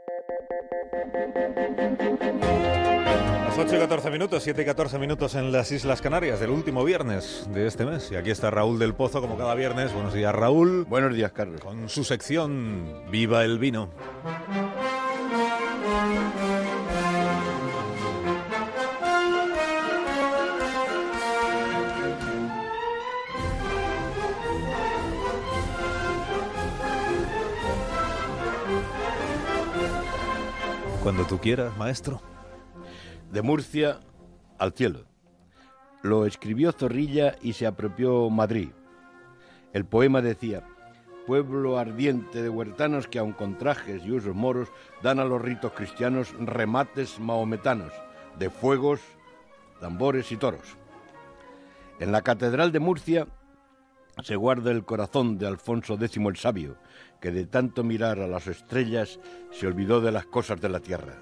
Las 8 y 14 minutos, 7 y 14 minutos en las Islas Canarias, del último viernes de este mes. Y aquí está Raúl del Pozo, como cada viernes. Buenos días, Raúl. Buenos días, Carlos. Con su sección Viva el Vino. Cuando tú quieras, maestro. De Murcia al cielo. Lo escribió Zorrilla y se apropió Madrid. El poema decía: pueblo ardiente de huertanos que aun con trajes y usos moros dan a los ritos cristianos remates mahometanos de fuegos, tambores y toros. En la catedral de Murcia se guarda el corazón de Alfonso X el Sabio, que de tanto mirar a las estrellas se olvidó de las cosas de la tierra.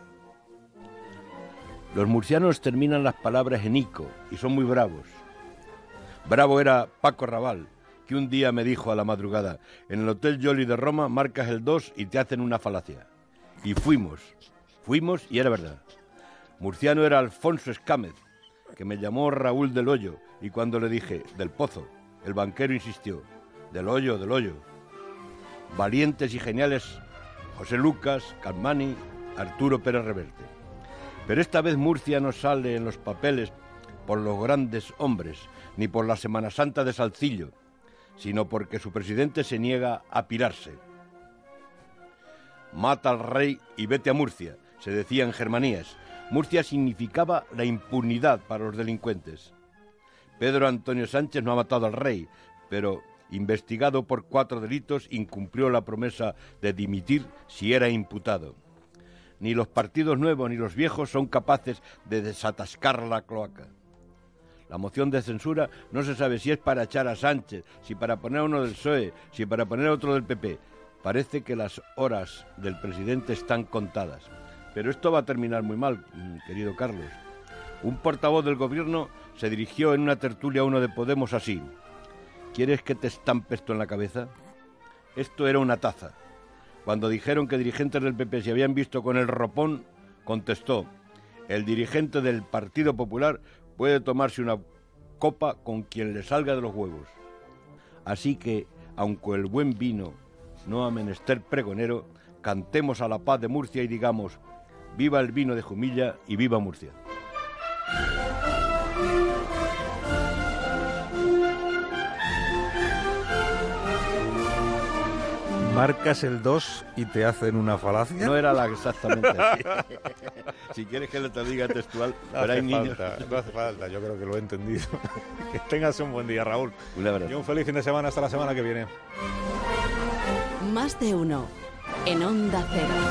Los murcianos terminan las palabras en ico y son muy bravos. Bravo era Paco Raval, que un día me dijo a la madrugada: en el Hotel Jolly de Roma marcas el 2 y te hacen una falacia. Y fuimos y era verdad. Murciano era Alfonso Escámez, que me llamó Raúl del Hoyo, y cuando le dije del Pozo, el banquero insistió: del Hoyo. Valientes y geniales José Lucas, Carmani, Arturo Pérez Reverte. Pero esta vez Murcia no sale en los papeles por los grandes hombres, ni por la Semana Santa de Salcillo, sino porque su presidente se niega a pirarse. Mata al rey y vete a Murcia, se decía en Germanías. Murcia significaba la impunidad para los delincuentes. Pedro Antonio Sánchez no ha matado al rey, pero investigado por 4 delitos, incumplió la promesa de dimitir si era imputado. Ni los partidos nuevos ni los viejos son capaces de desatascar la cloaca. La moción de censura no se sabe si es para echar a Sánchez, si para poner uno del PSOE, si para poner otro del PP. Parece que las horas del presidente están contadas. Pero esto va a terminar muy mal, querido Carlos. Un portavoz del gobierno se dirigió en una tertulia a uno de Podemos así: ¿quieres que te estampe esto en la cabeza? Esto era una taza. Cuando dijeron que dirigentes del PP se habían visto con el ropón, contestó: el dirigente del Partido Popular puede tomarse una copa con quien le salga de los huevos. Así que, aunque el buen vino no ha menester pregonero, cantemos a la paz de Murcia y digamos: viva el vino de Jumilla y viva Murcia. ¿Marcas el 2 y te hacen una falacia? No era exactamente así. Si quieres que te lo diga textual, pero hay niños. No hace falta, yo creo que lo he entendido. Que tengas un buen día, Raúl. Un abrazo. Y un feliz fin de semana hasta la semana que viene. Más de uno en Onda Cero.